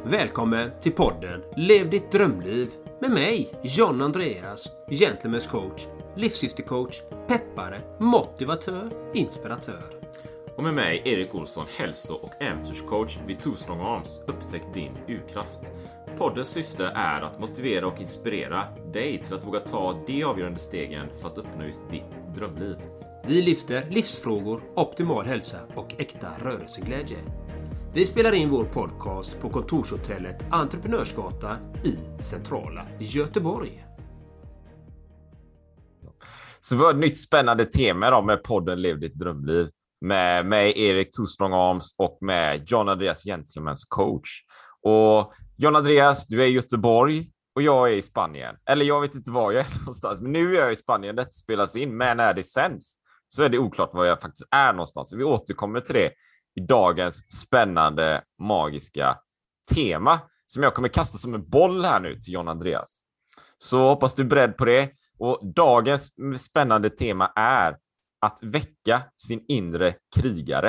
Välkommen till podden Lev ditt drömliv med mig, John Andreas, Gentlemen's coach, livssyftecoach, peppare, motivatör, inspiratör. Och med mig, Erik Olsson, hälso- och äventyrscoach vid Two Strong Arms. Upptäck din urkraft. Poddens syfte är att motivera och inspirera dig till att våga ta de avgörande stegen för att uppnå just ditt drömliv. Vi lyfter livsfrågor, optimal hälsa och äkta rörelseglädje. Vi spelar in vår podcast på kontorshotellet Entreprenörsgatan i centrala Göteborg. Så vi har ett nytt spännande tema då med podden Lev ditt drömliv. Med mig, Erik Two Strong Arms, och med John Andreas, Gentlemen's coach. Och John Andreas, du är i Göteborg och jag är i Spanien. Eller jag vet inte var jag är någonstans, men nu är jag i Spanien. Det spelas in, men när det sänds så är det oklart var jag faktiskt är någonstans. Vi återkommer till det i dagens spännande, magiska tema som jag kommer kasta som en boll här nu till John Andreas. Så hoppas du är beredd på det. Och dagens spännande tema är att väcka sin inre krigare.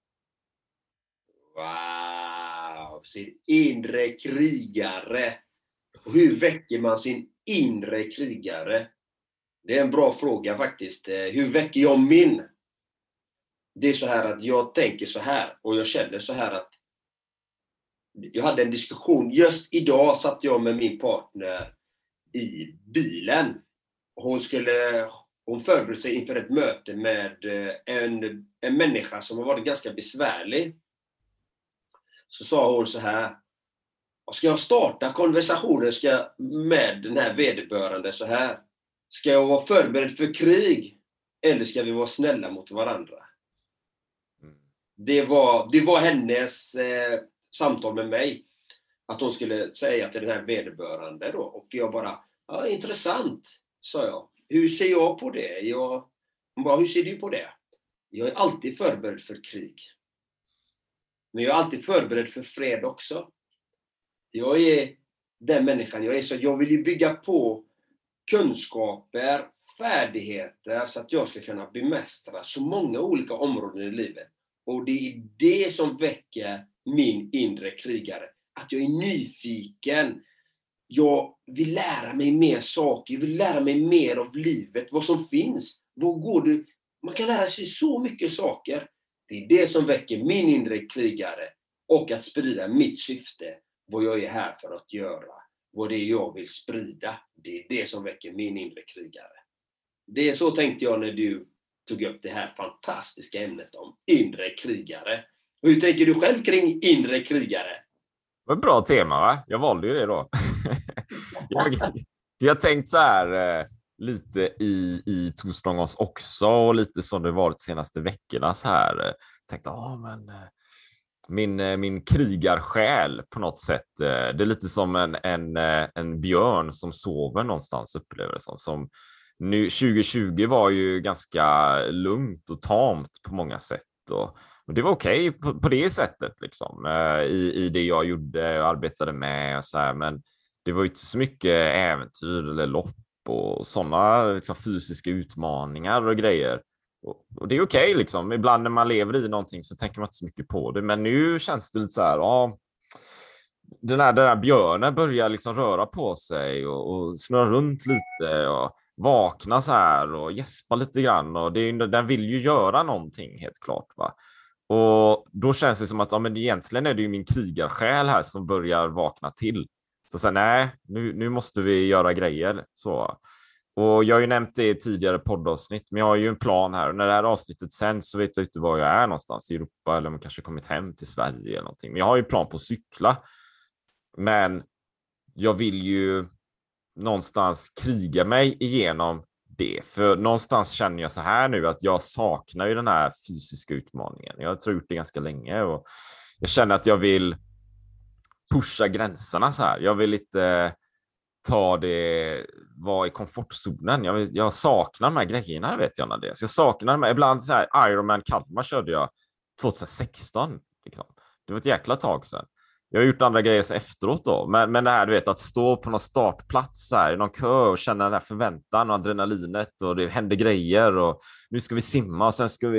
Wow, sin inre krigare. Och hur väcker man sin inre krigare? Det är en bra fråga faktiskt. Hur väcker jag min? Det är så här att jag tänker så här och jag känner så här att jag hade en diskussion. Just idag satt jag med min partner i bilen. Hon förberedde sig inför ett möte med en människa som har varit ganska besvärlig. Så sa hon så här: ska jag starta konversationen med den här vederbörande så här? Ska jag vara förberedd för krig eller ska vi vara snälla mot varandra? Det var hennes samtal med mig. Att hon skulle säga till den här vederbörande då. Och jag bara, ja, intressant, sa jag. Hur ser jag på det? Hon bara, hur ser du på det? Jag är alltid förberedd för krig. Men jag är alltid förberedd för fred också. Jag är den människan jag är. Så jag vill ju bygga på kunskaper, färdigheter så att jag ska kunna bemästra så många olika områden i livet. Och det är det som väcker min inre krigare. Att jag är nyfiken. Jag vill lära mig mer saker. Jag vill lära mig mer av livet. Vad som finns. Vad går det? Man kan lära sig så mycket saker. Det är det som väcker min inre krigare. Och att sprida mitt syfte. Vad jag är här för att göra. Vad det är jag vill sprida. Det är det som väcker min inre krigare. Det är så tänkte jag när du tog upp det här fantastiska ämnet om inre krigare. Hur tänker du själv kring inre krigare? Det var ett bra tema, va? Jag valde ju det då. jag har tänkt så här lite i Two Strong Arms också, och lite som det varit de senaste veckorna så här. Tänkte, min krigarsjäl på något sätt. Det är lite som en björn som sover någonstans, upplever det som nu 2020 var ju ganska lugnt och tamt på många sätt, och det var okej på det sättet liksom, i det jag gjorde och arbetade med och så här, men det var ju inte så mycket äventyr eller lopp och sådana liksom, fysiska utmaningar och grejer, och det är okej liksom. Ibland när man lever i någonting så tänker man inte så mycket på det, men nu känns det lite så här, den här björnen börjar liksom röra på sig och snurra runt lite och vakna så här och gäspa lite grann, och den vill ju göra någonting helt klart, va? Och då känns det som att men egentligen är det ju min krigarsjäl här som börjar vakna till. Så nej, nu måste vi göra grejer så. Och jag har ju nämnt det i tidigare poddavsnitt, men jag har ju en plan här, och när det här avsnittet sänds så vet jag inte var jag är någonstans i Europa, eller om jag kanske kommit hem till Sverige eller någonting. Men jag har ju plan på att cykla. Men jag vill ju någonstans kriga mig igenom det. För någonstans känner jag så här nu att jag saknar ju den här fysiska utmaningen. Jag tror jag gjort det ganska länge, och jag känner att jag vill pusha gränserna så här. Jag vill inte vara i komfortzonen. Jag saknar de här grejerna, vet jag när det. Så jag saknar de här, ibland så här, Ironman Kalmar körde jag 2016 liksom. Det var ett jäkla tag sedan. Jag har gjort andra grejer efteråt då. Men det här, du vet, att stå på någon startplats här, i någon kö och känna den här förväntan och adrenalinet, och det händer grejer, och nu ska vi simma och sen ska vi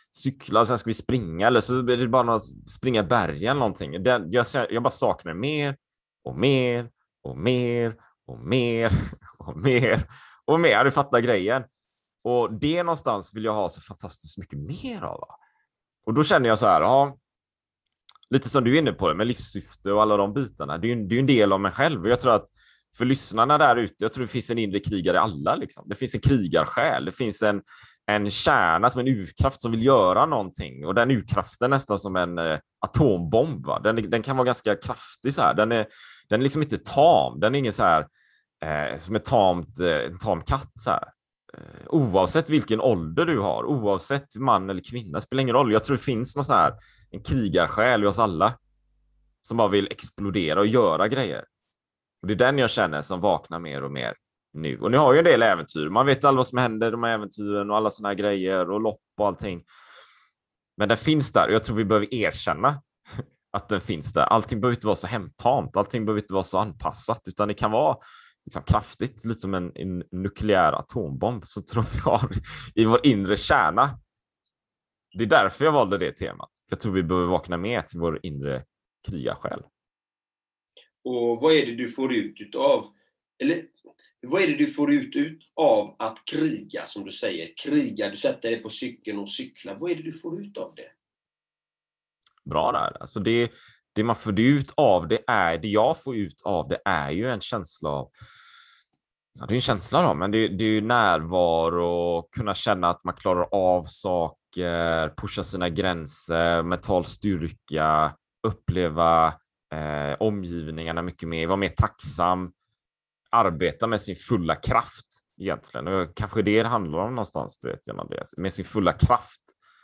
cykla och sen ska vi springa, eller så blir det bara springa bergen eller någonting. Jag bara saknar mer och mer och mer och mer och mer och mer. Du fattar grejen. Och det någonstans vill jag ha så fantastiskt mycket mer av. Va? Och då känner jag så här, ja, lite som du är inne på det med livssyfte och alla de bitarna. Det är ju en del av mig själv. Och jag tror att för lyssnarna där ute, jag tror det finns en inre krigare i alla. Liksom. Det finns en krigarsjäl. Det finns en kärna som en urkraft som vill göra någonting. Och den urkraften är nästan som en atombomb. Va? Den kan vara ganska kraftig så här. Den är liksom inte tam. Den är ingen så här som en tam katt så här. Oavsett vilken ålder du har, oavsett man eller kvinna, spelar ingen roll. Jag tror det finns någon sån här, en krigarsjäl i oss alla som bara vill explodera och göra grejer. Och det är den jag känner som vaknar mer och mer nu. Och ni har ju en del äventyr. Man vet aldrig vad som händer, de här äventyren och alla såna här grejer och lopp och allting. Men den finns där och jag tror vi behöver erkänna att den finns där. Allting behöver inte vara så hemtamt, allting behöver inte vara så anpassat, utan det kan vara liksom kraftigt, lite som en nukleär atombomb som tror vi har i vår inre kärna. Det är därför jag valde det temat. Jag tror vi behöver vakna med till vår inre krigarsjäl. Och vad är det du får ut av, eller vad är det du får ut av att kriga, som du säger? Kriga, du sätter dig på cykeln och cyklar. Vad är det du får ut av det? Bra där. Alltså det man får ut av det jag får ut av det är ju en känsla av, ja, det är en känsla då, men det är ju närvaro, kunna känna att man klarar av saker, pusha sina gränser, mental styrka, uppleva omgivningarna mycket mer, vara mer tacksam, arbeta med sin fulla kraft egentligen. Och kanske det handlar om någonstans, du vet, John Andreas, med sin fulla kraft.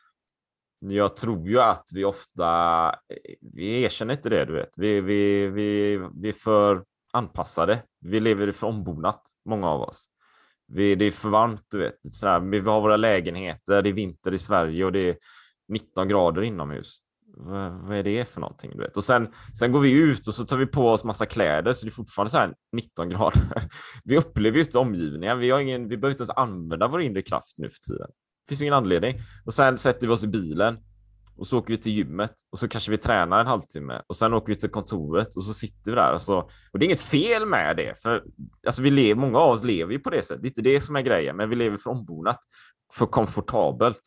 Jag tror ju att vi ofta, vi erkänner inte det, du vet. Vi är för anpassade. Vi lever för ombonat, många av oss. Det är för varmt, du vet. Så här, vi har våra lägenheter, det är vinter i Sverige och det är 19 grader inomhus. Vad är det för någonting, du vet? Och sen går vi ut och så tar vi på oss massa kläder, så det är fortfarande så här 19 grader. Vi upplever ju inte omgivningen. Vi behöver inte ens använda vår inre kraft nu för tiden. Det finns ingen anledning. Och sen sätter vi oss i bilen och så åker vi till gymmet och så kanske vi tränar en halvtimme och sen åker vi till kontoret och så sitter vi där. Och det är inget fel med det, för alltså många av oss lever ju på det sättet. Det är inte det som är grejen, men vi lever för ombonat, för komfortabelt.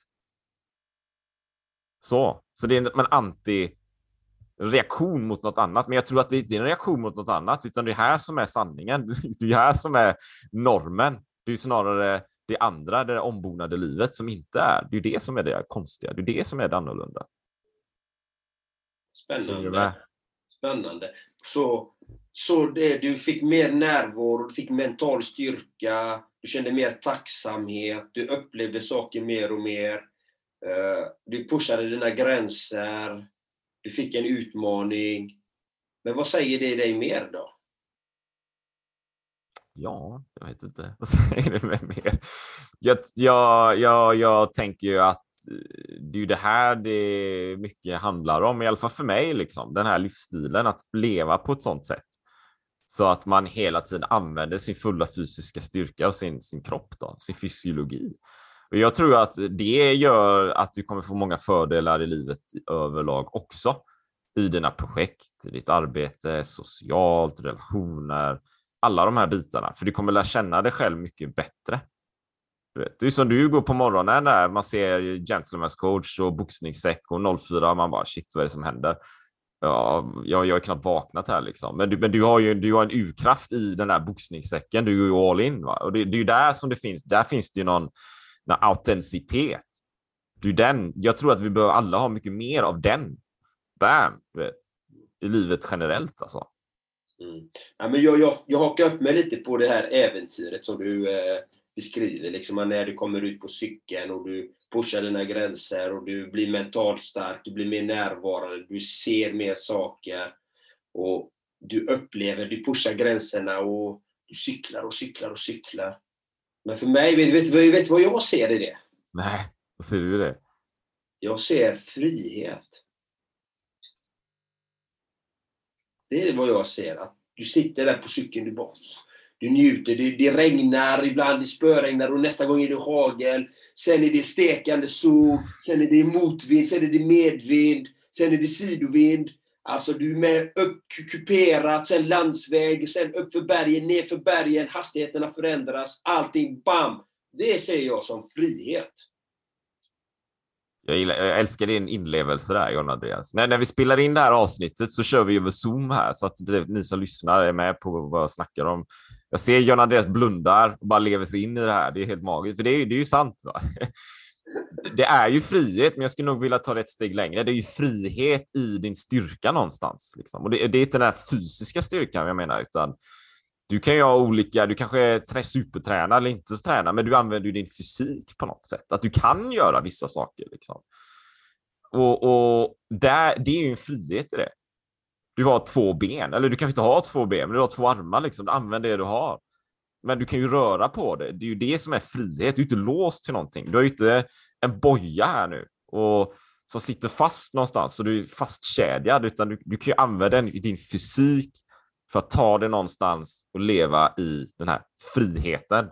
Så det är en anti-reaktion mot något annat. Men jag tror att det inte är en reaktion mot något annat, utan det är här som är sanningen. Det är här som är normen. Det är snarare det andra, det ombonade livet som inte är. Det är det som är det konstiga. Det är det som är det annorlunda. Spännande. Så du fick mer närvaro, du fick mental styrka, du kände mer tacksamhet, du upplevde saker mer och mer. Du pushade dina gränser, du fick en utmaning. Men vad säger det dig mer då? Ja, jag vet inte. Vad säger det med mer? Jag tänker ju att det är ju det här det mycket handlar om, i alla fall för mig, liksom. Den här livsstilen, att leva på ett sånt sätt så att man hela tiden använder sin fulla fysiska styrka och sin kropp då, sin fysiologi. Och jag tror att det gör att du kommer få många fördelar i livet överlag också. I dina projekt, i ditt arbete, socialt, relationer, alla de här bitarna. För du kommer lära känna dig själv mycket bättre. Det är som du går på morgonen när man ser Gentleman's coach och boxningssäck och 04, man bara shit, vad är det som händer? Ja, jag har knappt vaknat här liksom. Men du har en urkraft i den här boxningssäcken. Du är ju all in, va? Och det är ju där som det finns. Där finns det ju någon autenticitet. Det är den. Jag tror att vi behöver alla ha mycket mer av den. Bam, vet, i livet generellt alltså. Ja, men jag hakar upp mig lite på det här äventyret som du beskriver. Liksom, när du kommer ut på cykeln och du pushar dina gränser och du blir mentalt stark, du blir mer närvarande, du ser mer saker och du upplever, du pushar gränserna och du cyklar och cyklar och cyklar. Men för mig, vet vad jag ser i det? Nej, vad ser du i det? Jag ser frihet. Det är vad jag ser. Att du sitter där på cykeln, du bara Du njuter, det regnar, ibland det spöregnar och nästa gång är det hagel. Sen är det stekande sol, sen är det motvind, sen är det medvind, sen är det sidovind. Alltså du är med kuperat, sen landsväg, sen upp för bergen, ner för bergen, hastigheterna förändras, allting bam. Det ser jag som frihet. Jag älskar din inlevelse där, John Andreas. När vi spelar in det här avsnittet så kör vi över Zoom här så att ni som lyssnar är med på vad jag snackar om. Jag ser John Andreas blundar och bara lever sig in i det här. Det är helt magiskt, för det är ju sant, va? Det är ju frihet, men jag skulle nog vilja ta det ett steg längre. Det är ju frihet i din styrka någonstans. Liksom. Och det är inte den här fysiska styrkan jag menar, utan du kan ju ha olika, du kanske är supertränar eller inte så tränar, men du använder ju din fysik på något sätt. Att du kan göra vissa saker. Liksom. Och det är ju en frihet i det. Du har 2 ben, eller du kanske inte har 2 ben, men du har 2 armar. Liksom. Du använder det du har. Men du kan ju röra på det. Det är ju det som är frihet. Du är inte låst till någonting. Du har ju inte en boja här nu och som sitter fast någonstans så du är fastkedjad, utan du kan ju använda din fysik för att ta det någonstans och leva i den här friheten.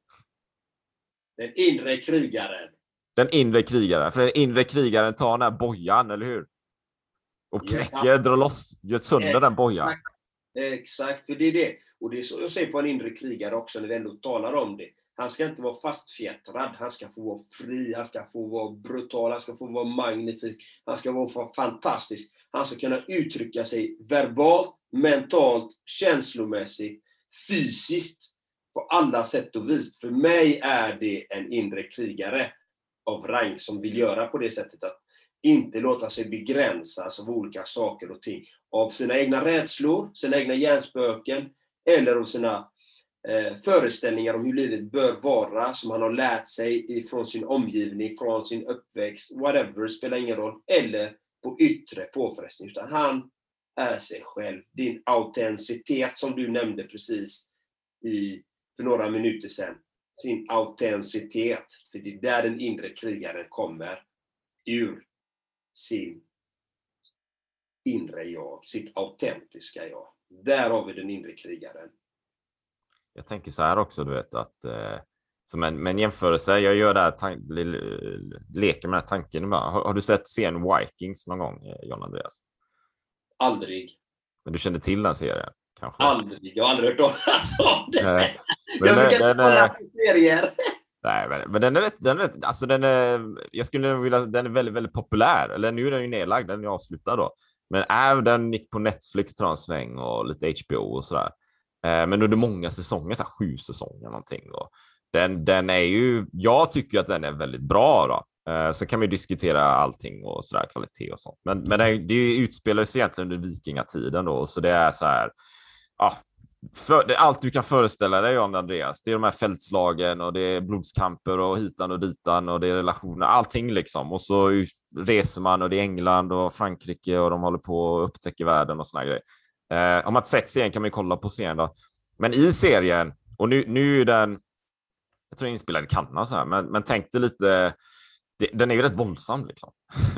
Den inre krigaren. Den inre krigaren. För den inre krigaren tar den här bojan, eller hur? Och knäcker, drar loss, gör sönder den bojan. Exakt, för det är det. Och det är så jag säger på en inre krigare också när vi ändå talar om det. Han ska inte vara fastfjättrad, han ska få vara fri, han ska få vara brutal, han ska få vara magnifik, han ska vara fantastisk. Han ska kunna uttrycka sig verbalt, mentalt, känslomässigt, fysiskt, på alla sätt och vis. För mig är det en inre krigare av rang som vill göra på det sättet, att inte låta sig begränsas av olika saker och ting. Av sina egna rädslor, sina egna hjärnspöken eller av sina föreställningar om hur livet bör vara som han har lärt sig ifrån sin omgivning, från sin uppväxt, whatever, spelar ingen roll. Eller på yttre påfrestning. Utan han är sig själv. Din autenticitet som du nämnde precis för några minuter sedan. Sin autenticitet. För det är där den inre krigaren kommer ur sin inre jag, sitt autentiska jag. Där har vi den inre krigaren. Jag tänker så här också, du vet, att som en jämförelse, jag gör det här leker med den här tanken. Har du sett serien Vikings någon gång, John Andreas? Aldrig. Men du kände till den serien? Kanske? Aldrig, jag har aldrig hört talas om det. Nej. Jag brukar inte kolla på serier. Nej, men den är rätt, alltså den är, jag skulle vilja, den är väldigt, väldigt populär. Eller nu är den ju nedlagd, den är avslutad då. Men den gick på Netflix, tror jag, en sväng och lite HBO och sådär. Men under många säsonger, så här 7 säsonger någonting då. Den är ju, jag tycker att den är väldigt bra då. Så kan vi diskutera allting och sådär, kvalitet och sånt. Men det utspelar sig egentligen under vikingatiden då. Så det är så här, allt du kan föreställa dig, John Andreas. Det är de här fältslagen och det är blodskamper och hitan och ditan och det är relationer, allting liksom. Och så reser man och det är England och Frankrike och de håller på att upptäcka världen och såna grejer. Om man inte sett serien kan man ju kolla på serien då. Men i serien, och nu är den, jag tror den är inspelad i Kanada så här, men tänk dig lite, den är ju rätt våldsam liksom.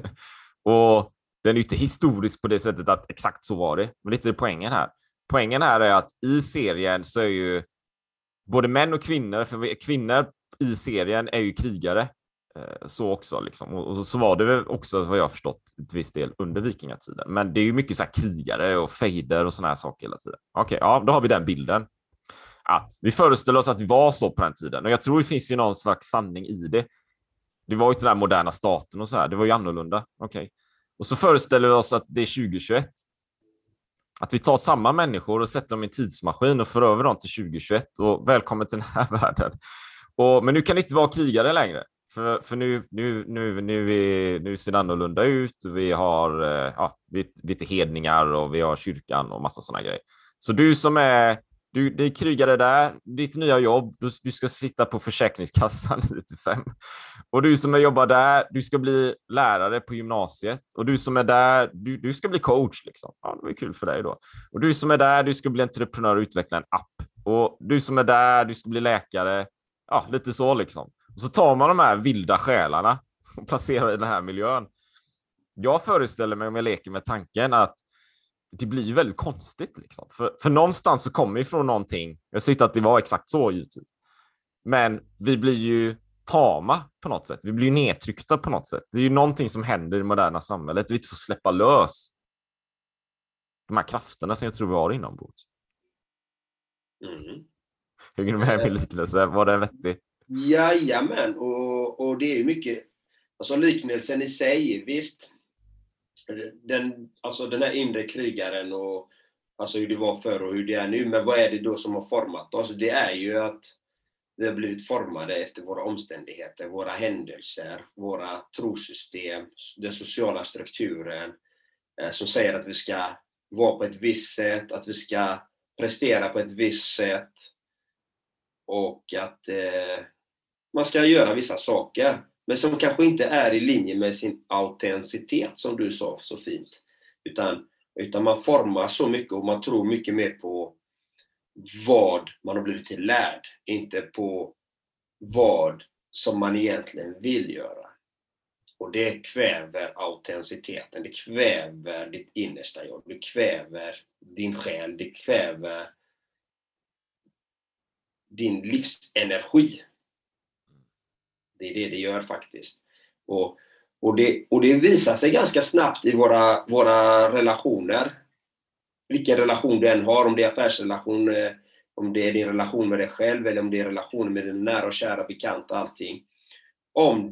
Och den är ju inte historisk på det sättet att exakt så var det. Men lite poängen här. Poängen här är att i serien så är ju både män och kvinnor, för kvinnor i serien är ju krigare. Så också liksom. Och så var det väl också, vad jag har förstått, ett viss del under vikingatiden. Men det är ju mycket så här krigare och fejder och såna här saker hela tiden. Okej, ja, då har vi den bilden. Att vi föreställer oss att det var så på den tiden. Och jag tror det finns ju någon slags sanning i det. Det var ju inte den här moderna staten och så här. Det var ju annorlunda. Okej. Och så föreställer vi oss att det är 2021. Att vi tar samma människor och sätter dem i en tidsmaskin och för över dem till 2021. Och välkommen till den här världen. Men nu kan det inte vara krigare längre. För nu ser det annorlunda ut. Vi har vi är hedningar och vi har kyrkan och massa såna grejer. Så du som är du krigare där, ditt nya jobb, du ska sitta på Försäkringskassan 95. Och du som jobbar där, du ska bli lärare på gymnasiet. Och du som är där, du ska bli coach liksom. Ja, det var kul för dig då. Och du som är där, du ska bli entreprenör och utveckla en app. Och du som är där, du ska bli läkare. Ja, lite så liksom. Och så tar man de här vilda själarna och placerar i den här miljön. Jag föreställer mig, om jag leker med tanken, att det blir ju väldigt konstigt liksom. För någonstans så kommer vi från någonting. Jag säger inte att det var exakt så givetvis. Men vi blir ju tama på något sätt. Vi blir ju nedtryckta på något sätt. Det är ju någonting som händer i det moderna samhället. Vi inte får släppa lös de här krafterna som jag tror vi har inombords. Hänger du med min liknelse? Var det vettig? Jajamän, och det är ju mycket, alltså liknelsen i sig, visst. Den här inre krigaren och alltså hur det var förr och hur det är nu, men vad är det då som har format oss? Det är ju att vi har blivit formade efter våra omständigheter, våra händelser, våra trosystem, den sociala strukturen som säger att vi ska vara på ett visst sätt, att vi ska prestera på ett visst sätt och att man ska göra vissa saker, men som kanske inte är i linje med sin autenticitet, som du sa så fint. Utan man formar så mycket och man tror mycket mer på vad man har blivit tillärd, inte på vad som man egentligen vill göra. Och det kväver autenticiteten, det kväver ditt innersta jag, det kväver din själ, det kväver din livsenergi. Det är det gör faktiskt. Och det visar sig ganska snabbt i våra relationer. Vilken relation du än har, om det är affärsrelation, om det är din relation med dig själv eller om det är relation med din nära och kära bekanta, allting. Om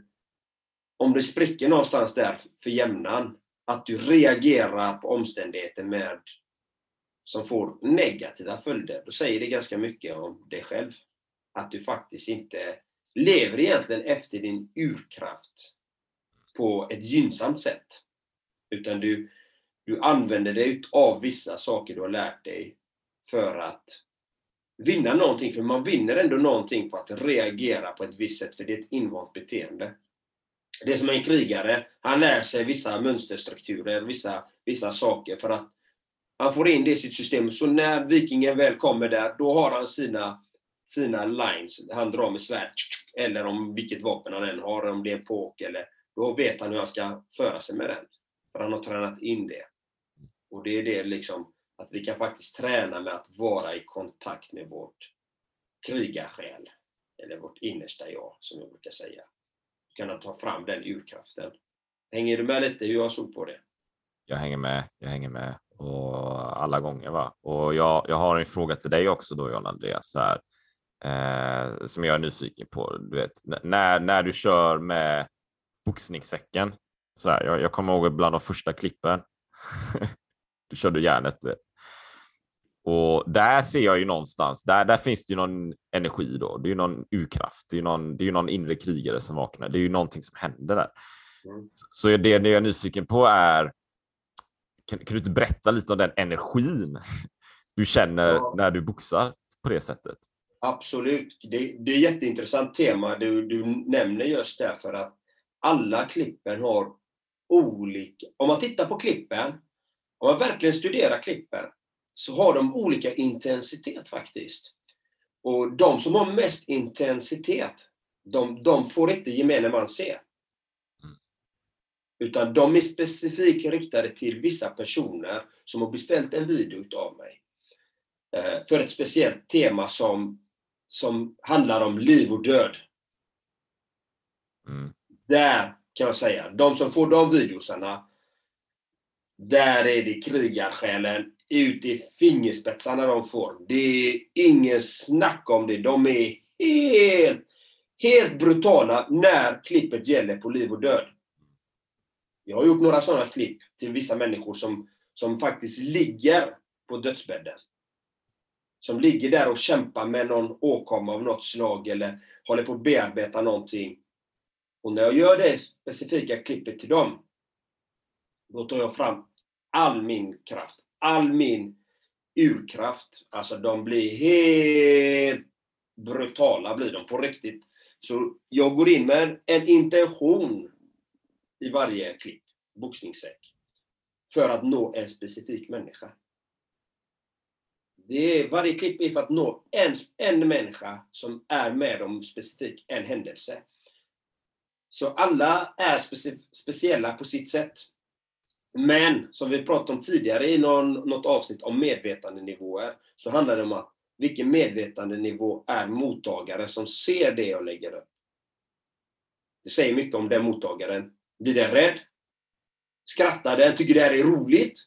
du spricker någonstans där för jämnan, att du reagerar på omständigheter som får negativa följder, då säger det ganska mycket om dig själv. Att du faktiskt inte lever egentligen efter din urkraft på ett gynnsamt sätt. Utan du använder dig av vissa saker du har lärt dig för att vinna någonting. För man vinner ändå någonting på att reagera på ett visst sätt, för det är ett invant beteende. Det är som en krigare, han lär sig vissa mönsterstrukturer, vissa saker för att han får in det i sitt system. Så när vikingen väl kommer där, då har han sina lines. Han drar med svärd, eller om vilket vapen han än har, om det är en påk, eller då vet han hur han ska föra sig med den. För han har tränat in det. Och det är det liksom, att vi kan faktiskt träna med att vara i kontakt med vårt krigarsjäl. Eller vårt innersta jag, som jag brukar säga. Kunna ta fram den urkraften. Hänger du med lite hur jag såg på det? Jag hänger med. Och alla gånger, va? Och jag har en fråga till dig också då, John Andreas, så här, som jag är nyfiken på. Du vet, när du kör med boxningssäcken, så här, jag kommer ihåg bland de första klippen. Du körde järnet, du vet. Och där ser jag ju någonstans, där finns det ju någon energi då. Det är ju någon urkraft, det är ju någon inre krigare som vaknar. Det är ju någonting som händer där. Så det jag är nyfiken på är, kan du inte berätta lite om den energin du känner när du boxar på det sättet? Absolut. Det är ett jätteintressant tema du nämner, just därför att alla klippen har olika... Om man tittar på klippen, om man verkligen studerar klippen, så har de olika intensitet faktiskt. Och de som har mest intensitet, de får inte gemene man se. Utan de är specifikt riktade till vissa personer som har beställt en video av mig. För ett speciellt tema som handlar om liv och död. Där kan jag säga, de som får de videosarna, där är det krigarsjälen ut i fingerspetsarna de får. Det är ingen snack om det. De är helt brutala när klippet gäller på liv och död. Jag har gjort några sådana klipp till vissa människor som faktiskt ligger på dödsbädden. Som ligger där och kämpar med någon åkomma av något slag eller håller på att bearbeta någonting. Och när jag gör det specifika klippet till dem, då tar jag fram all min kraft, all min urkraft. Alltså de blir helt brutala, blir de på riktigt. Så jag går in med en intention i varje klipp, boxningssäck, för att nå en specifik människa. Varje klipp är för att nå en människa som är med om specifik en händelse. Så alla är speciella på sitt sätt. Men som vi pratade om tidigare i något avsnitt om medvetandenivåer, så handlar det om att vilken medvetandenivå är mottagaren som ser det jag lägger upp. Det säger mycket om den mottagaren. Blir den rädd? Skrattar den? Tycker det här är roligt?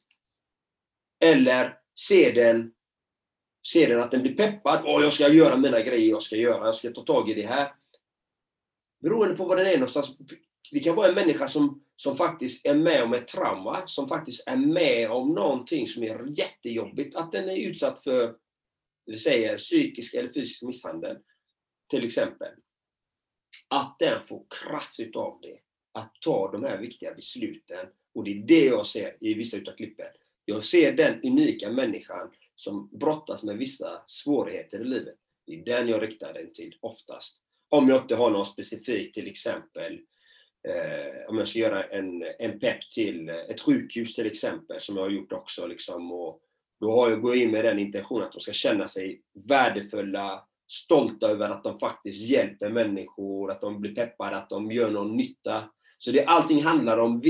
Eller ser den att den blir peppad? Jag ska göra mina grejer, jag ska ta tag i det här. Beroende på vad den är någonstans. Det kan vara en människa som faktiskt är med om ett trauma, som faktiskt är med om någonting som är jättejobbigt. Att den är utsatt för, det säger, psykisk eller fysisk misshandel, till exempel. Att den får kraft utav det. Att ta de här viktiga besluten. Och det är det jag ser i vissa utav klippen. Jag ser den unika människan som brottas med vissa svårigheter i livet. Det är den jag riktar den till oftast. Om jag inte har någon specifik, till exempel om jag ska göra en pepp till ett sjukhus till exempel, som jag har gjort också liksom, och då har jag gått in med den intentionen att de ska känna sig värdefulla, stolta över att de faktiskt hjälper människor, att de blir peppade, att de gör någon nytta. Så allting handlar om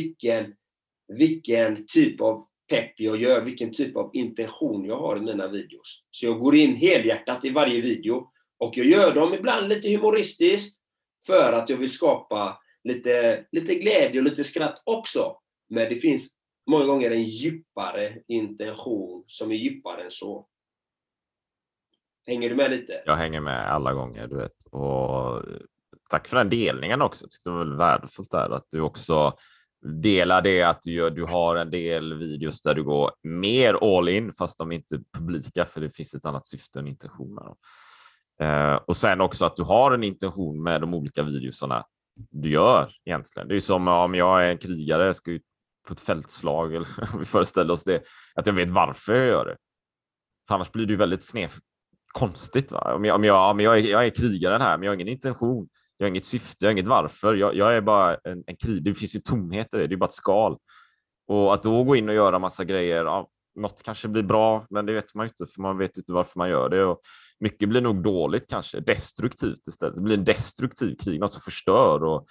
vilken typ av pepp jag gör, vilken typ av intention jag har i mina videos. Så jag går in helhjärtat i varje video, och jag gör dem ibland lite humoristiskt för att jag vill skapa lite glädje och lite skratt också. Men det finns många gånger en djupare intention som är djupare än så. Hänger du med lite? Jag hänger med alla gånger, du vet. Och tack för den delningen också. Jag tyckte det var väldigt värdefullt där att du också delar det, att du har en del videos där du går mer all in fast de är inte publika för det finns ett annat syfte än intentioner. Och sen också att du har en intention med de olika videosarna du gör egentligen. Det är som om jag är en krigare, ska ut på ett fältslag, eller om vi föreställer oss det, att jag vet varför jag gör det. För annars blir det ju väldigt konstigt. Va? Om jag är krigaren här, men jag har ingen intention, jag har inget syfte, jag har inget varför. Jag är bara en krig. Det finns ju tomhet i det är bara ett skal. Och att då gå in och göra massa grejer, något kanske blir bra, men det vet man ju inte, för man vet inte varför man gör det. Och mycket blir nog dåligt kanske, destruktivt istället. Det blir en destruktiv krig, något som förstör och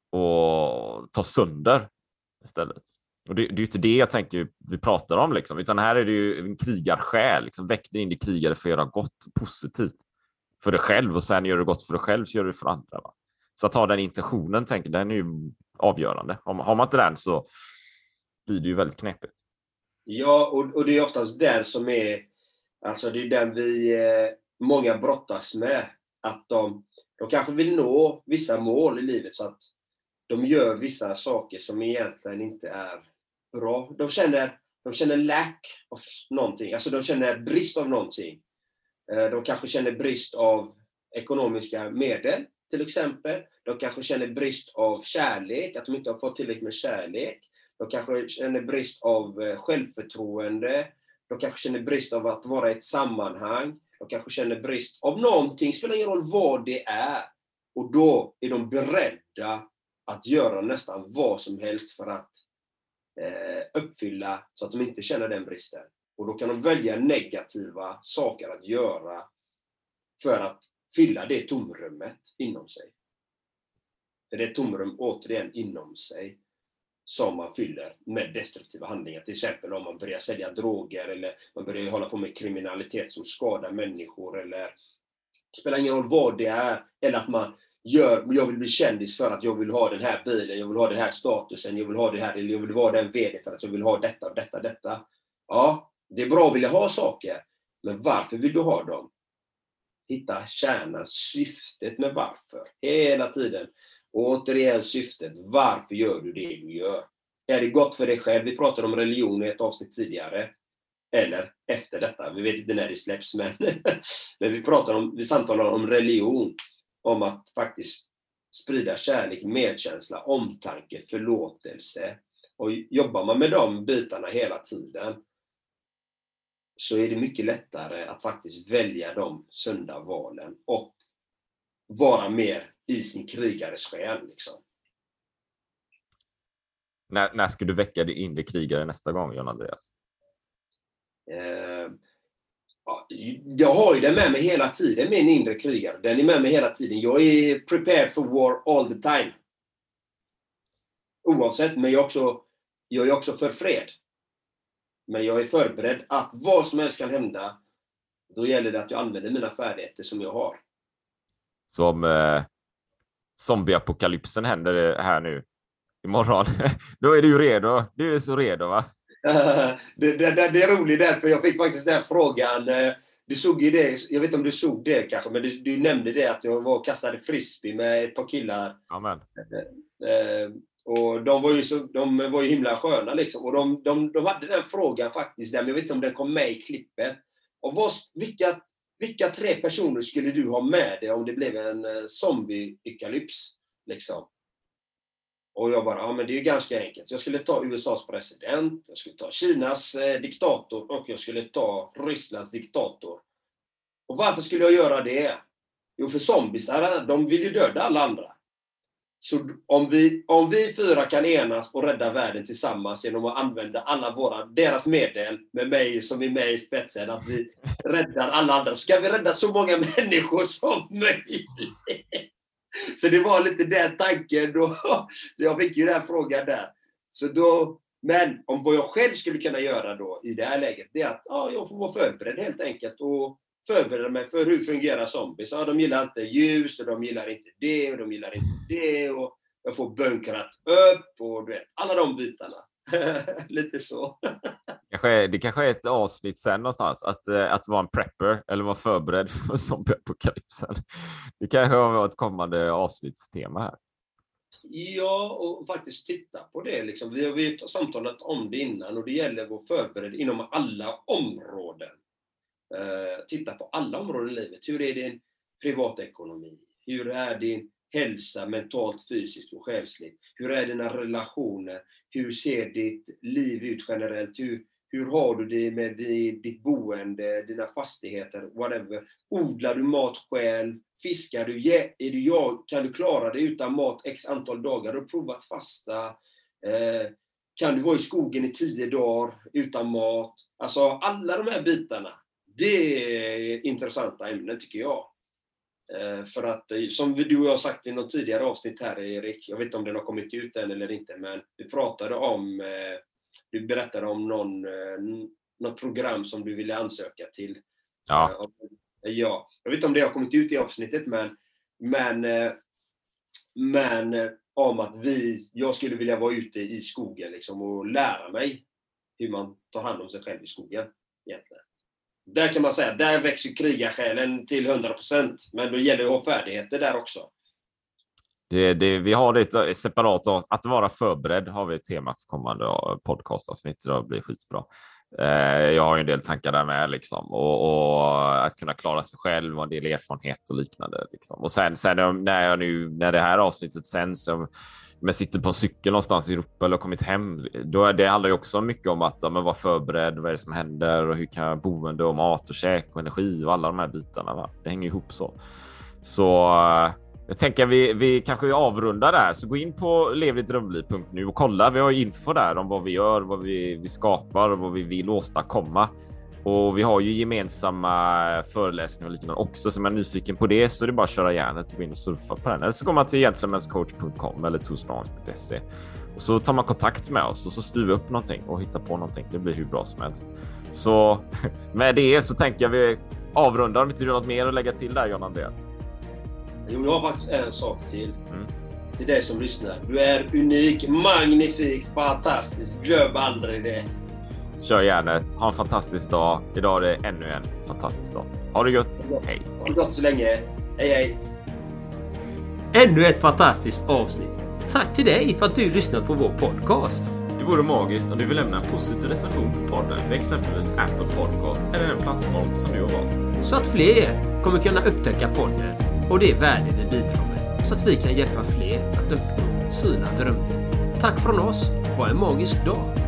tar sönder istället. Och det är ju inte det jag tänker vi pratar om, liksom, utan här är det ju en krigarsjäl. Liksom, väck dig in i krigare för att göra gott, positivt för dig själv, och sen gör du gott för dig själv så gör du för andra. Va? Så att ha den intentionen, den är ju avgörande. Har man inte den så blir det ju väldigt knepigt. Ja, och det är oftast den som är, alltså det är den vi många brottas med, att de kanske vill nå vissa mål i livet, så att de gör vissa saker som egentligen inte är bra. De känner lack av någonting, alltså de känner brist av någonting. De kanske känner brist av ekonomiska medel, till exempel. De kanske känner brist av kärlek, att de inte har fått tillräckligt med kärlek. De kanske känner brist av självförtroende. De kanske känner brist av att vara i ett sammanhang. De kanske känner brist av någonting, spelar ingen roll vad det är. Och då är de beredda att göra nästan vad som helst för att uppfylla, så att de inte känner den bristen. Och då kan de välja negativa saker att göra för att fylla det tomrummet inom sig. För det är tomrum återigen inom sig som man fyller med destruktiva handlingar. Till exempel om man börjar sälja droger, eller man börjar hålla på med kriminalitet som skadar människor, eller spelar ingen roll vad det är, eller att man jag vill bli kändis för att jag vill ha den här bilen, jag vill ha den här statusen, jag vill ha det här, eller jag vill vara den vd för att jag vill ha detta och detta. Ja, det är bra att vilja ha saker, men varför vill du ha dem? Hitta kärnan, syftet med varför. Hela tiden. Och återigen syftet. Varför gör du det du gör? Är det gott för dig själv? Vi pratade om religion i ett avsnitt tidigare. Eller efter detta. Vi vet inte när det släpps, men vi samtalar om religion. Om att faktiskt sprida kärlek, medkänsla, omtanke, förlåtelse. Och jobbar man med de bitarna hela tiden, så är det mycket lättare att faktiskt välja de sunda valen och vara mer i sin krigares själ. Liksom. När ska du väcka dig inre krigare nästa gång, John Andreas? Jag har ju den med mig hela tiden, min inre krigare. Den är med mig hela tiden. Jag är prepared for war all the time. Oavsett, men jag jag är också för fred. Men jag är förberedd att vad som helst kan hända. Då gäller det att jag använder mina färdigheter som jag har. Som zombieapokalypsen händer här nu imorgon. Då är du ju redo. Du är så redo, va? Det är roligt därför jag fick faktiskt den frågan. Du såg ju det, jag vet inte om du såg det kanske, men du nämnde det att jag var och kastade frisbee med ett par killar. Amen. Och de var ju himla sköna liksom. Och de hade den frågan faktiskt där, men jag vet inte om den kom med i klippet. Och vilka 3 personer skulle du ha med dig om det blev en zombie-apokalyps liksom? Och jag bara, men det är ju ganska enkelt. Jag skulle ta USAs president, jag skulle ta Kinas diktator och jag skulle ta Rysslands diktator. Och varför skulle jag göra det? Jo, för zombiesar, de vill ju döda alla andra. Så om vi 4 kan enas och rädda världen tillsammans genom att använda deras medel, med mig som är med i spetsen, att vi räddar alla andra, så ska vi rädda så många människor som möjligt. Så det var lite den tanken då. Så jag fick ju den här frågan där. Men om vad jag själv skulle kunna göra då i det här läget, det är att jag får vara förberedd helt enkelt och förbereda mig för hur fungerar zombies. De gillar inte ljus och de gillar inte det och de gillar inte det och jag får bunkrat upp och du vet, alla de bitarna. Lite så. Det kanske är ett avsnitt sen någonstans att vara en prepper eller vara förberedd för zombieapokalypsen. Det kanske var ett kommande avsnittstema här. Ja, och faktiskt titta på det liksom. Vi har ju samtalat om det innan och det gäller att vara förberedd inom alla områden. Titta på alla områden i livet. Hur är din privatekonomi? Hur är din hälsa mentalt, fysiskt och själsligt? Hur är dina relationer? Hur ser ditt liv ut generellt? Hur har du det med ditt boende, dina fastigheter, whatever? Odlar du mat själv? Fiskar du? Kan du klara dig utan mat x antal dagar? Har du provat fasta? Kan du vara i skogen i 10 dagar utan mat? Alltså alla de här bitarna. Det är intressanta ämnen tycker jag. För att som du och jag har sagt i någon tidigare avsnitt här, Erik, jag vet inte om den har kommit ut än eller inte, men du berättade om något program som du ville ansöka till. Ja. Ja, jag vet inte om det har kommit ut i avsnittet, men om att jag skulle vilja vara ute i skogen liksom, och lära mig hur man tar hand om sig själv i skogen egentligen. Där kan man säga, där växer krigarsjälen till 100%, men då gäller det att ha färdigheter där också. Vi har det separat, att vara förberedd har vi ett tema för kommande podcastavsnitt, så det blir skitbra. Jag har ju en del tankar där med liksom, och att kunna klara sig själv och en del erfarenhet och liknande liksom. Och sen när det här avsnittet sänds, om jag sitter på en cykel någonstans i Europa eller har kommit hem, då det handlar ju också mycket om att vara förberedd, vad är det som händer och hur kan jag boende och mat och käk och energi och alla de här bitarna, va? Det hänger ihop så jag tänker vi kanske avrundar där, så gå in på levdittdrömliv.nu och kolla, vi har info där om vad vi gör, vad vi skapar och vad vi vill åstadkomma. Och vi har ju gemensamma föreläsningar och liknande också, som är nyfiken på det, så det är bara att köra järnet och gå in och surfa på den. Eller så går man till gentlemanscoach.com eller toastbrowns.se och så tar man kontakt med oss och så styr vi upp någonting och hittar på någonting. Det blir hur bra som helst. Så med det så tänker jag vi avrundar, om inte du har något mer att lägga till där, John Andreas. Jo, jag har faktiskt en sak till dig som lyssnar. Du är unik, magnifik, fantastisk. Glöm aldrig det. Kör järnet. Ha en fantastisk dag. Idag är det ännu en fantastisk dag. Ha det gött. Hej. Ha det gott så länge. Hej. Ännu ett fantastiskt avsnitt. Tack till dig för att du lyssnat på vår podcast. Det vore magiskt om du vill lämna en positiv recension på podden med exempelvis Apple Podcast eller den plattform som du har valt. Så att fler kommer kunna upptäcka podden och det värde vi bidrar med, så att vi kan hjälpa fler att uppnå sina drömmar. Tack från oss. Ha en magisk dag.